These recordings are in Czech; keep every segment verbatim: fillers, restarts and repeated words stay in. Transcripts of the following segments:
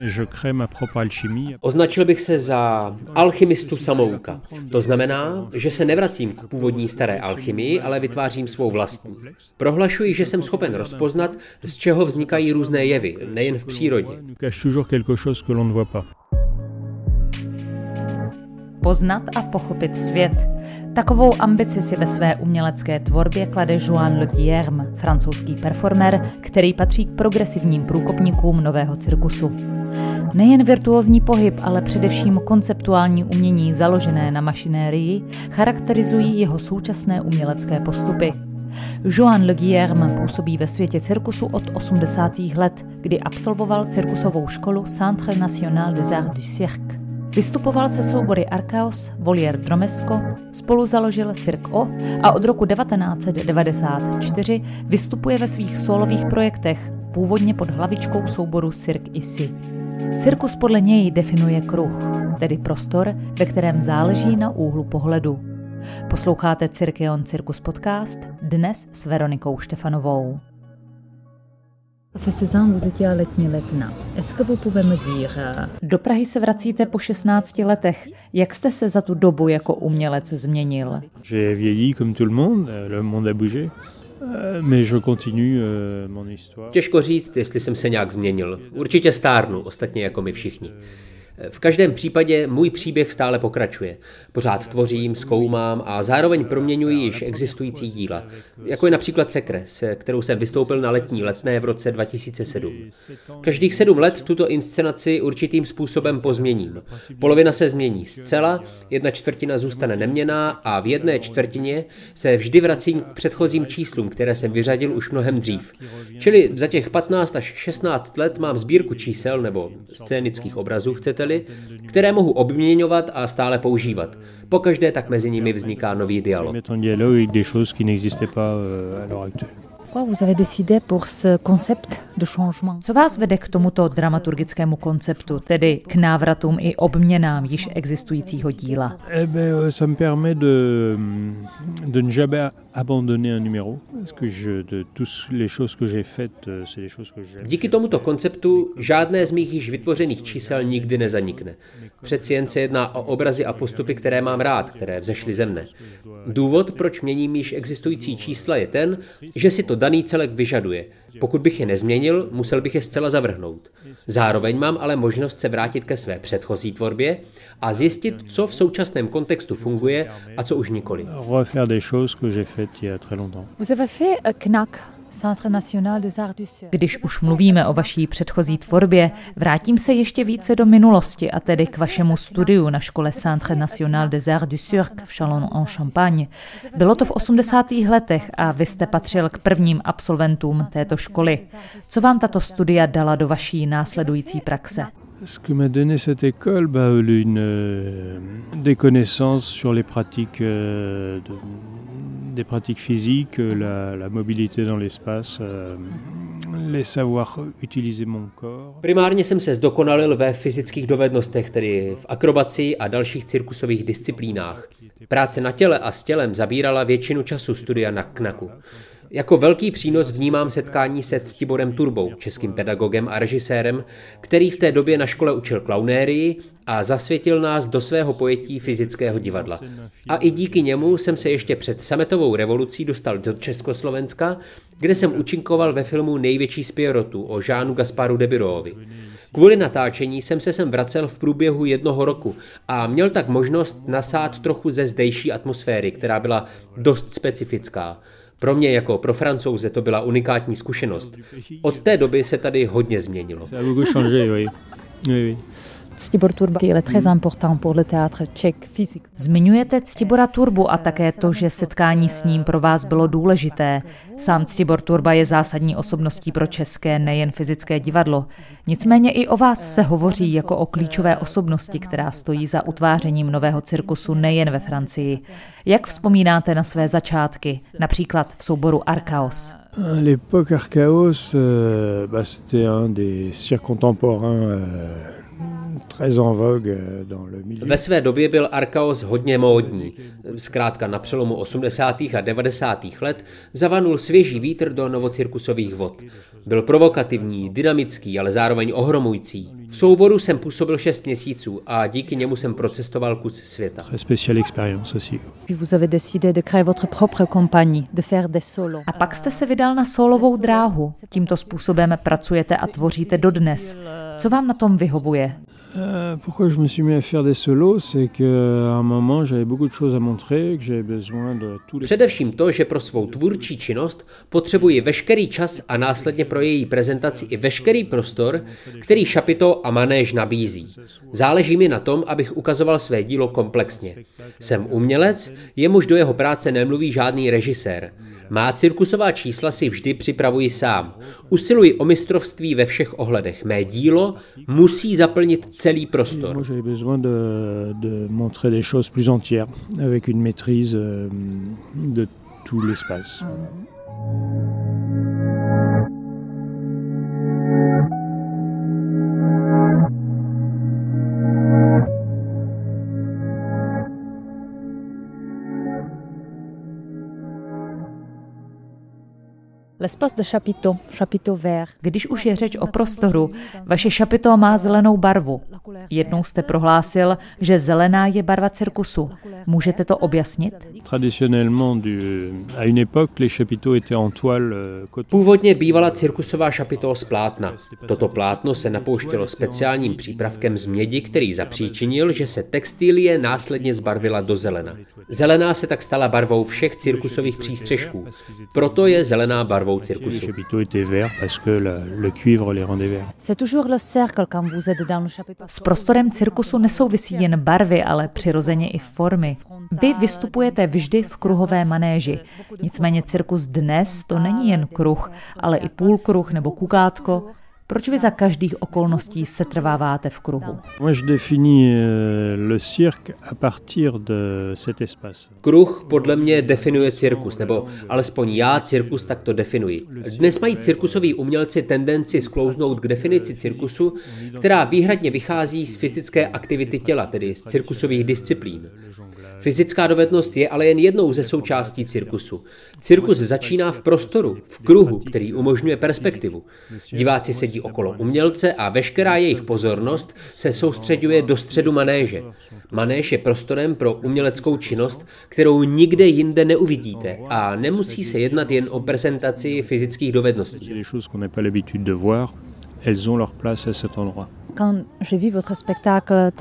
Označil bych se za alchymistu samouka. To znamená, že se nevracím k původní staré alchymii, ale vytvářím svou vlastní. Prohlašuji, že jsem schopen rozpoznat, z čeho vznikají různé jevy, nejen v přírodě. Poznat a pochopit svět. Takovou ambici si ve své umělecké tvorbě klade Joan Le Guilherme, francouzský performer, který patří k progresivním průkopníkům nového cirkusu. Nejen virtuózní pohyb, ale především konceptuální umění založené na mašinérii charakterizují jeho současné umělecké postupy. Joan Le Guilherme působí ve světě cirkusu od osmdesátých let, kdy absolvoval cirkusovou školu Centre National des Arts du Cirque. Vystupoval se soubory Archaos, Volière Dromesco, spolu založil Cirque O a od roku devatenáct set devadesát čtyři vystupuje ve svých sólových projektech, původně pod hlavičkou souboru Cirque Ici. Cirkus podle něj definuje kruh, tedy prostor, ve kterém záleží na úhlu pohledu. Posloucháte Cirkeon Cirkus podcast, dnes s Veronikou Štefanovou. Do Prahy se vracíte po šestnácti letech. Jak jste se za tu dobu jako umělec změnil? Těžko říct, jestli jsem se nějak změnil. Určitě stárnu, ostatně jako my všichni. V každém případě můj příběh stále pokračuje. Pořád tvořím, zkoumám a zároveň proměňuji již existující díla. Jako je například Sekre, se kterou jsem vystoupil na letní Letné v roce dva tisíce sedm. Každých sedm let tuto inscenaci určitým způsobem pozměním. Polovina se změní zcela, jedna čtvrtina zůstane neměnná a v jedné čtvrtině se vždy vracím k předchozím číslům, které jsem vyřadil už mnohem dřív. Čili za těch patnáct až šestnáct let mám sbírku čísel nebo scénických obrazů, chcete které mohu obměňovat a stále používat. Pokaždé tak mezi nimi vzniká nový dialog. Co vás vede k tomuto dramaturgickému konceptu, tedy k návratům i obměnám již existujícího díla? Díky tomuto konceptu žádné z mých již vytvořených čísel nikdy nezanikne. Přeci jen se jedná o obrazy a postupy, které mám rád, které vzešly ze mne. Důvod, proč měním již existující čísla, je ten, že si to daný celek vyžaduje. Pokud bych je nezměnil, musel bych je zcela zavrhnout. Zároveň mám ale možnost se vrátit ke své předchozí tvorbě a zjistit, co v současném kontextu funguje a co už nikoli. Když už mluvíme o vaší předchozí tvorbě, vrátím se ještě více do minulosti, a tedy k vašemu studiu na škole Centre National des Arts du Cirque v Châlons-en-Champagne. Bylo to v osmdesátých letech a vy jste patřil k prvním absolventům této školy. Co vám tato studia dala do vaší následující praxe? Ce que m'a donné cette école, bah, une, des connaissances sur les pratiques, de, des pratiques physiques, la, la mobilité dans l'espace, les savoirs utiliser mon corps. Primárně jsem se zdokonalil ve fyzických dovednostech, tedy v akrobaci a dalších cirkusových disciplínách. Práce na těle a s tělem zabírala většinu času studia na knaku. Jako velký přínos vnímám setkání se Ctiborem Turbou, českým pedagogem a režisérem, který v té době na škole učil klaunérii a zasvětil nás do svého pojetí fyzického divadla. A i díky němu jsem se ještě před sametovou revolucí dostal do Československa, kde jsem účinkoval ve filmu Největší z Pierrotů o Jeanu Gasparu de Birovovi. Kvůli natáčení jsem se sem vracel v průběhu jednoho roku a měl tak možnost nasát trochu ze zdejší atmosféry, která byla dost specifická. Pro mě jako pro Francouze to byla unikátní zkušenost. Od té doby se tady hodně změnilo. Ctibor Turba je très important pour le théâtre tchèque physique. Zmiňujete Ctibora Turbu a také to, že setkání s ním pro vás bylo důležité. Sám Ctibor Turba je zásadní osobností pro české, nejen fyzické divadlo. Nicméně i o vás se hovoří jako o klíčové osobnosti, která stojí za utvářením nového cirkusu nejen ve Francii. Jak vzpomínáte na své začátky, například v souboru Archaos? À l'époque Archaos, bah, c'était un des cirques contemporains Ve své době byl Archaos hodně módní. Zkrátka na přelomu osmdesátých a devadesátých let zavanul svěží vítr do novocirkusových vod. Byl provokativní, dynamický, ale zároveň ohromující. V souboru jsem působil šest měsíců a díky němu jsem procestoval kus světa. A pak jste se vydal na sólovou dráhu. Tímto způsobem pracujete a tvoříte dodnes. Co vám na tom vyhovuje? Pourquoi je me suis mis à faire des solos, c'est qu'à un moment j'avais beaucoup de choses à montrer, que j'avais besoin de tous les... Především to, že pro svou tvůrčí činnost potřebuji veškerý čas a následně pro její prezentaci i veškerý prostor, který Chapiteau a manéž nabízí. Záleží mi na tom, abych ukazoval své dílo komplexně. Jsem umělec, jemuž do jeho práce nemluví žádný režisér. Má cirkusová čísla si vždy připravuji sám. Usiluji o mistrovství ve všech ohledech. Mé dílo musí zaplnit celý prostor. Moi j'avais besoin de, de montrer des choses plus entières, avec une maîtrise de tout l'espace. L'espace de Chapiteau, Chapiteau vert. Když už je řeč o prostoru, vaše Chapiteau má zelenou barvu. Jednou jste prohlásil, že zelená je barva cirkusu. Můžete to objasnit? Původně bývala cirkusová Chapiteau z plátna. Toto plátno se napouštělo speciálním přípravkem z mědi, který zapříčinil, že se textilie následně zbarvila do zelena. Zelená se tak stala barvou všech cirkusových přístřešků. Proto je zelená barvou cirkusu. S prostorem cirkusu nesouvisí jen barvy, ale přirozeně i formy. Vy vystupujete vždy v kruhové manéži. Nicméně cirkus dnes to není jen kruh, ale i půlkruh nebo kukátko. Proč vy za každých okolností setrváváte v kruhu? Kruh podle mě definuje cirkus, nebo alespoň já cirkus takto definuji. Dnes mají cirkusoví umělci tendenci sklouznout k definici cirkusu, která výhradně vychází z fyzické aktivity těla, tedy z cirkusových disciplín. Fyzická dovednost je ale jen jednou ze součástí cirkusu. Cirkus začíná v prostoru, v kruhu, který umožňuje perspektivu. Diváci sedí okolo umělce a veškerá jejich pozornost se soustřeďuje do středu manéže. Manéž je prostorem pro uměleckou činnost, kterou nikde jinde neuvidíte a nemusí se jednat jen o prezentaci fyzických dovedností. Quand je vis votre spectacle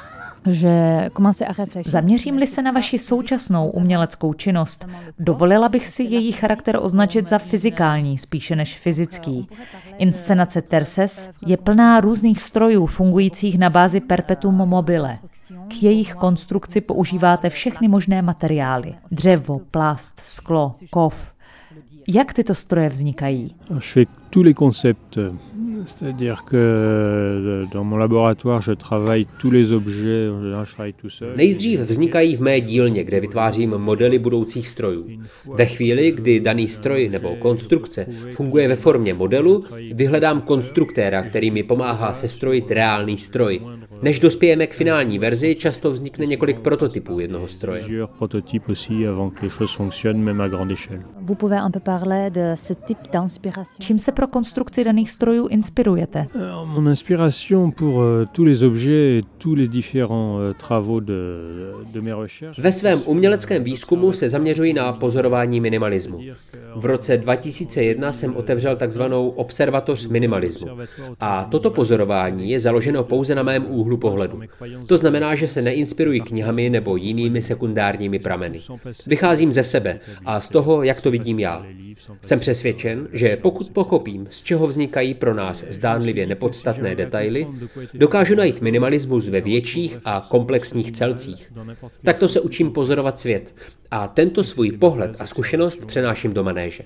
Zaměřím-li se na vaši současnou uměleckou činnost, dovolila bych si její charakter označit za fyzikální, spíše než fyzický. Inscenace Terces je plná různých strojů fungujících na bázi perpetuum mobile. K jejich konstrukci používáte všechny možné materiály. Dřevo, plast, sklo, kov. Jak tyto stroje vznikají? Tous les concepts, c'est-à-dire que dans mon laboratoire, je travaille tous les objets, je travaille tout seul. Nejdřív vznikají v mé dílně, kde vytvářím modely budoucích strojů. Ve chvíli, kdy daný stroj nebo konstrukce funguje ve formě modelu, vyhledám konstruktéra, který mi pomáhá sestrojit reálný stroj. Než dospějeme k finální verzi, často vznikne několik prototypů jednoho stroje. Čím se pro konstrukci daných strojů inspirujete? Mon inspiration pour tous les objets et tous les différents travaux de, de mes recherches. Ve svém uměleckém výzkumu se zaměřuji na pozorování minimalismu. V roce dva tisíce jedna jsem otevřel takzvanou observatoř minimalismu. A toto pozorování je založeno pouze na mém úhlu pohledu. To znamená, že se neinspiruji knihami nebo jinými sekundárními prameny. Vycházím ze sebe a z toho, jak to vidím já. Jsem přesvědčen, že pokud pochopím, z čeho vznikají pro nás zdánlivě nepodstatné detaily, dokážu najít minimalismus ve větších a komplexních celcích. Takto se učím pozorovat svět a tento svůj pohled a zkušenost přenáším do manéže.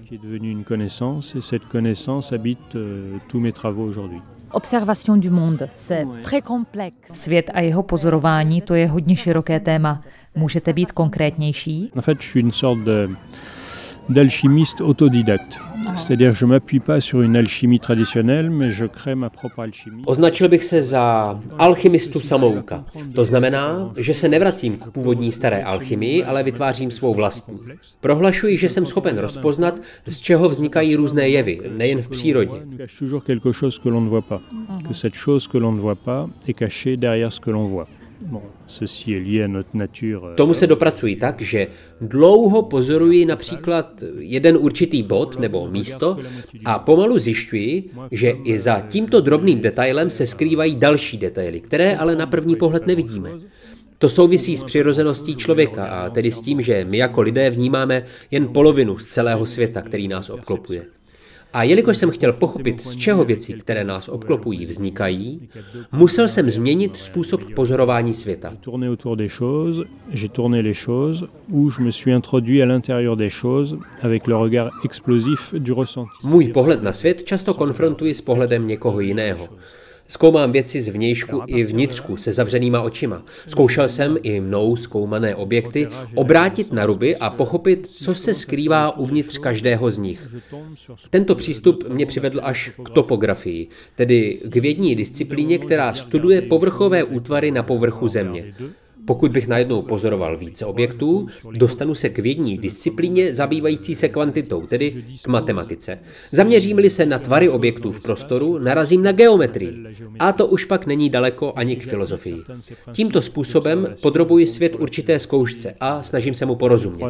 Observation du monde, c'est très complexe. Svět a jeho pozorování, to je hodně široké téma. Můžete být konkrétnější? En fait, je suis une sorte de d'alchimiste autodidacte. C'est-à-dire que je m'appuie pas sur une alchimie traditionnelle, mais je crée ma propre alchimie. Označil bych se za alchymistu samouka. To znamená, že se nevracím k původní staré alchymii, ale vytvářím svou vlastní. Prohlašuji, že jsem schopen rozpoznat, z čeho vznikají různé jevy, nejen v přírodě. Toujours quelque chose que l'on ne voit pas. Que cette chose que l'on ne voit pas est cachée derrière ce que l'on voit. Bon, ceci est lié à notre nature. Tomu se dopracuji tak, že dlouho pozoruji například jeden určitý bod nebo místo a pomalu zjišťuji, že i za tímto drobným detailem se skrývají další detaily, které ale na první pohled nevidíme. To souvisí s přirozeností člověka a tedy s tím, že my jako lidé vnímáme jen polovinu z celého světa, který nás obklopuje. A jelikož jsem chtěl pochopit, z čeho věci, které nás obklopují, vznikají, musel jsem změnit způsob pozorování světa. J'ai tourné les choses où je me suis introduit à l'intérieur des choses avec le regard explosif du ressenti. Můj pohled na svět často konfrontuji s pohledem někoho jiného. Zkoumám věci z vnějšku i vnitřku se zavřenýma očima. Zkoušel jsem i mnou zkoumané objekty obrátit na ruby a pochopit, co se skrývá uvnitř každého z nich. Tento přístup mě přivedl až k topografii, tedy k vědní disciplíně, která studuje povrchové útvary na povrchu země. Pokud bych najednou pozoroval více objektů, dostanu se k vědní disciplíně zabývající se kvantitou, tedy k matematice. Zaměřím-li se na tvary objektů v prostoru, narazím na geometrii. A to už pak není daleko ani k filozofii. Tímto způsobem podrobuji svět určité zkoušce a snažím se mu porozumět.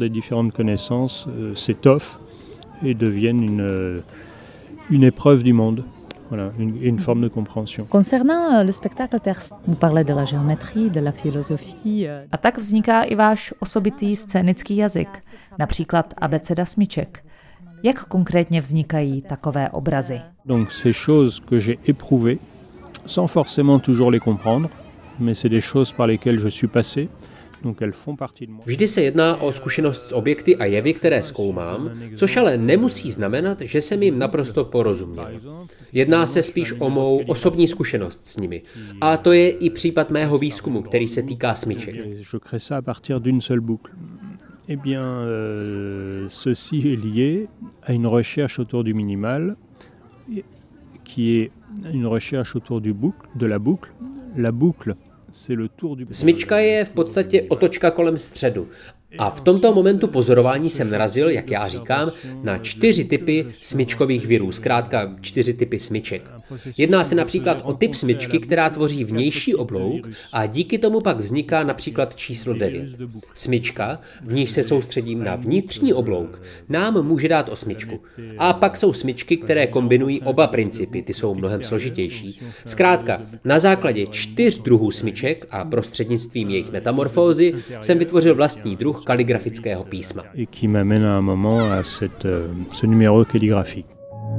Une épreuve du monde. Voilà, une, une forme de compréhension. Concernant le spectacle Terre, vous parlez de la géométrie, de la philosophie. A tak vzniká i váš osobitý scénický jazyk, například abeceda smyček. Jak konkrétně vznikají takové obrazy? Donc ces choses que j'ai éprouvées, sans forcément toujours les comprendre, mais c'est des choses par lesquelles je suis passé. Vždy se jedná o zkušenost s objekty a jevy, které zkoumám, což ale nemusí znamenat, že jsem jim naprosto porozuměl. Jedná se spíš o mou osobní zkušenost s nimi. A to je i případ mého výzkumu, který se týká smyček. Eh bien, euh, ceci est lié à une recherche autour du minimal, qui est une recherche autour du boucle, de la boucle. La boucle, smyčka je v podstatě otočka kolem středu. A v tomto momentu pozorování jsem narazil, jak já říkám, na čtyři typy smyčkových virů, zkrátka čtyři typy smyček. Jedná se například o typ smyčky, která tvoří vnější oblouk a díky tomu pak vzniká například číslo devět. Smyčka, v níž se soustředím na vnitřní oblouk, nám může dát osmičku. A pak jsou smyčky, které kombinují oba principy, ty jsou mnohem složitější. Zkrátka, na základě čtyř druhů smyček a prostřednictvím jejich metamorfózy jsem vytvořil vlastní druh kaligrafického písma. Et qui m'amène à un moment à cette, ce numéro calligraphique.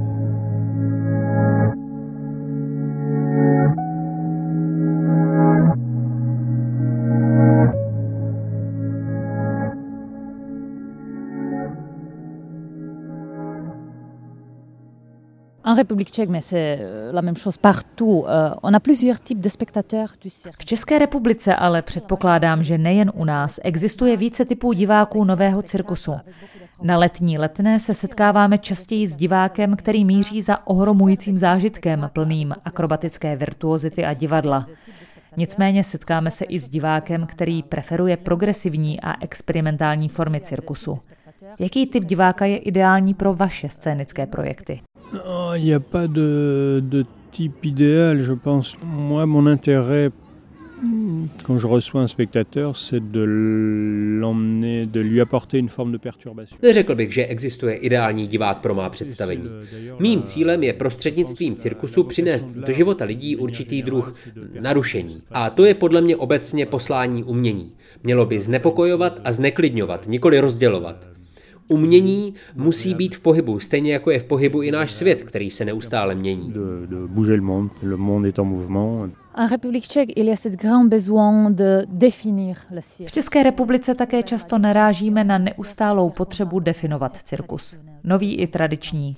En République tchèque, mais c'est la même chose partout. On a plusieurs types de spectateurs du cirque. V České republice ale předpokládám, že nejen u nás existuje více typů diváků nového cirkusu. Na letní Letné se setkáváme častěji s divákem, který míří za ohromujícím zážitkem, plným akrobatické virtuozity a divadla. Nicméně setkáme se i s divákem, který preferuje progresivní a experimentální formy cirkusu. Jaký typ diváka je ideální pro vaše scénické projekty? Il n'y a pas de, de type idéal, je pense. Moi, mon intérêt, quand je reçois un spectateur, c'est de l'emmener, de lui apporter une forme de perturbation. Neřekl bych, že existuje ideální divák pro má představení. Mým cílem je prostřednictvím cirkusu přinést do života lidí určitý druh narušení. A to je podle mě obecně poslání umění. Mělo by znepokojovat a zneklidňovat, nikoli rozdělovat. Umění musí být v pohybu, stejně jako je v pohybu i náš svět, který se neustále mění. De, de bouger le monde, le monde est en mouvement. En République tchèque, il y a cet grand besoin de définir le cirque. V České republice také často narážíme na neustálou potřebu definovat cirkus, nový i tradiční.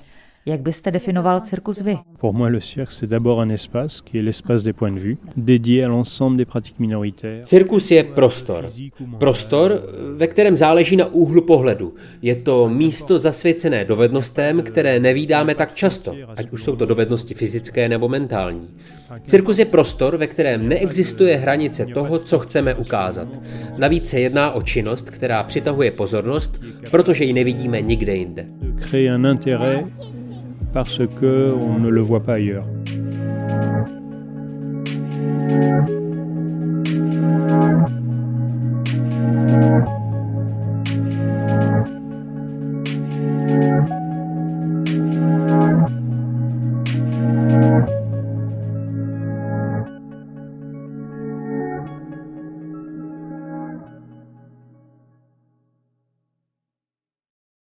Jak byste definoval cirkus vy? Pour moi, le cirque, c'est d'abord un espace, qui est l'espace des points de vue, dédié à l'ensemble des pratiques minoritaires. Cirkus je prostor. Prostor, ve kterém záleží na úhlu pohledu. Je to místo zasvěcené dovednostem, které nevídáme tak často, ať už jsou to dovednosti fyzické nebo mentální. Cirkus je prostor, ve kterém neexistuje hranice toho, co chceme ukázat. Navíc se jedná o činnost, která přitahuje pozornost, protože ji nevidíme nikde jinde. Créer un intérêt parce qu'on ne le voit pas ailleurs.